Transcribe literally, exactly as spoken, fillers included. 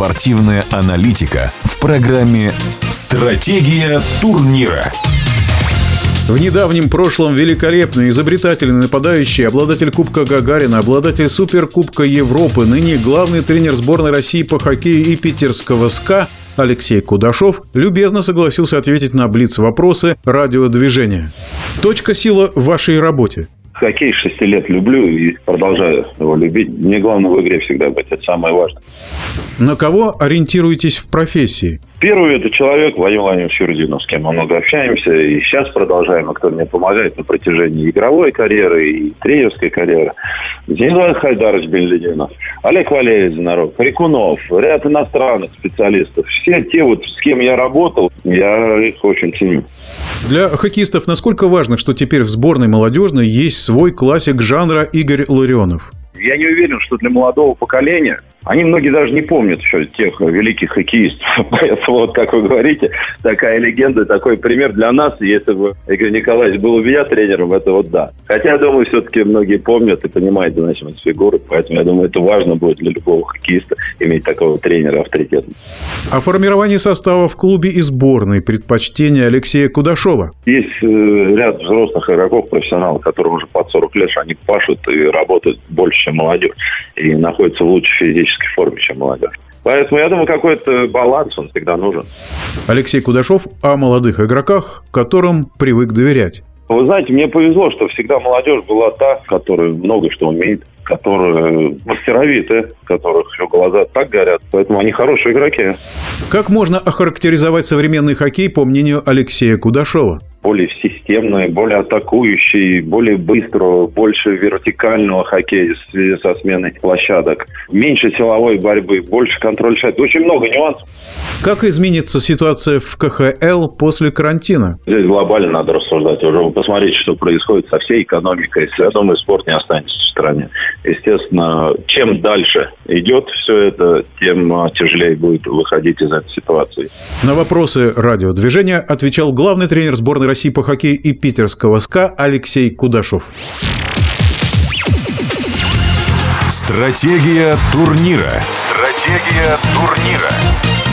Спортивная аналитика в программе «Стратегия турнира». В недавнем прошлом великолепный, изобретательный нападающий, обладатель Кубка Гагарина, обладатель Суперкубка Европы, ныне главный тренер сборной России по хоккею и питерского СКА Алексей Кудашов любезно согласился ответить на блиц-вопросы радиодвижения. Точка силы в вашей работе? Хоккей шести лет люблю и продолжаю его любить. Мне главное в игре всегда быть, это самое важное. На кого ориентируетесь в профессии? Первый – это человек Владимир Владимирович Юрдинов, с кем мы много общаемся, и сейчас продолжаем, а кто мне помогает на протяжении игровой карьеры и тренерской карьеры. Зенит Хайдарович Бенлединов, Олег Валерьевич Знаров, Рекунов, ряд иностранных специалистов. Все те, вот, с кем я работал, я их очень ценю. Для хоккеистов насколько важно, что теперь в сборной молодежной есть свой классик жанра Игорь Ларионов? Я не уверен, что для молодого поколения, они многие даже не помнят еще тех великих хоккеистов. Поэтому, вот как вы говорите, такая легенда, такой пример для нас. Если бы Игорь Николаевич был у меня тренером, это вот да. Хотя, я думаю, все-таки многие помнят и понимают значимость фигуры. Поэтому, я думаю, это важно будет для любого хоккеиста иметь такого тренера авторитетного. О формировании состава в клубе и сборной предпочтения Алексея Кудашова. Есть э, ряд взрослых игроков, профессионалов, которым уже под сорок лет, они пашут и работают больше, чем молодежь. И находятся в лучшей физической форме, чем молодежь. Поэтому, я думаю, какой-то баланс, он всегда нужен. Алексей Кудашов о молодых игроках, которым привык доверять. Вы знаете, мне повезло, что всегда молодежь была та, которая много что умеет, которые мастеровитые, у которых еще глаза так горят. Поэтому они хорошие игроки. Как можно охарактеризовать современный хоккей, по мнению Алексея Кудашова? Более системный, более атакующий, более быстрого, больше вертикального хоккея в связи со сменой площадок. Меньше силовой борьбы, больше контроля шайбы. Очень много нюансов. Как изменится ситуация в ка ха эл после карантина? Здесь глобально надо рассуждать. Уже вы посмотрите, что происходит со всей экономикой. Я думаю, спорт не останется в стороне. Естественно, чем дальше идет все это, тем тяжелее будет выходить из этой ситуации. На вопросы радиодвижения отвечал главный тренер сборной России по хоккею и питерского СКА Алексей Кудашов. Стратегия турнира. Стратегия турнира.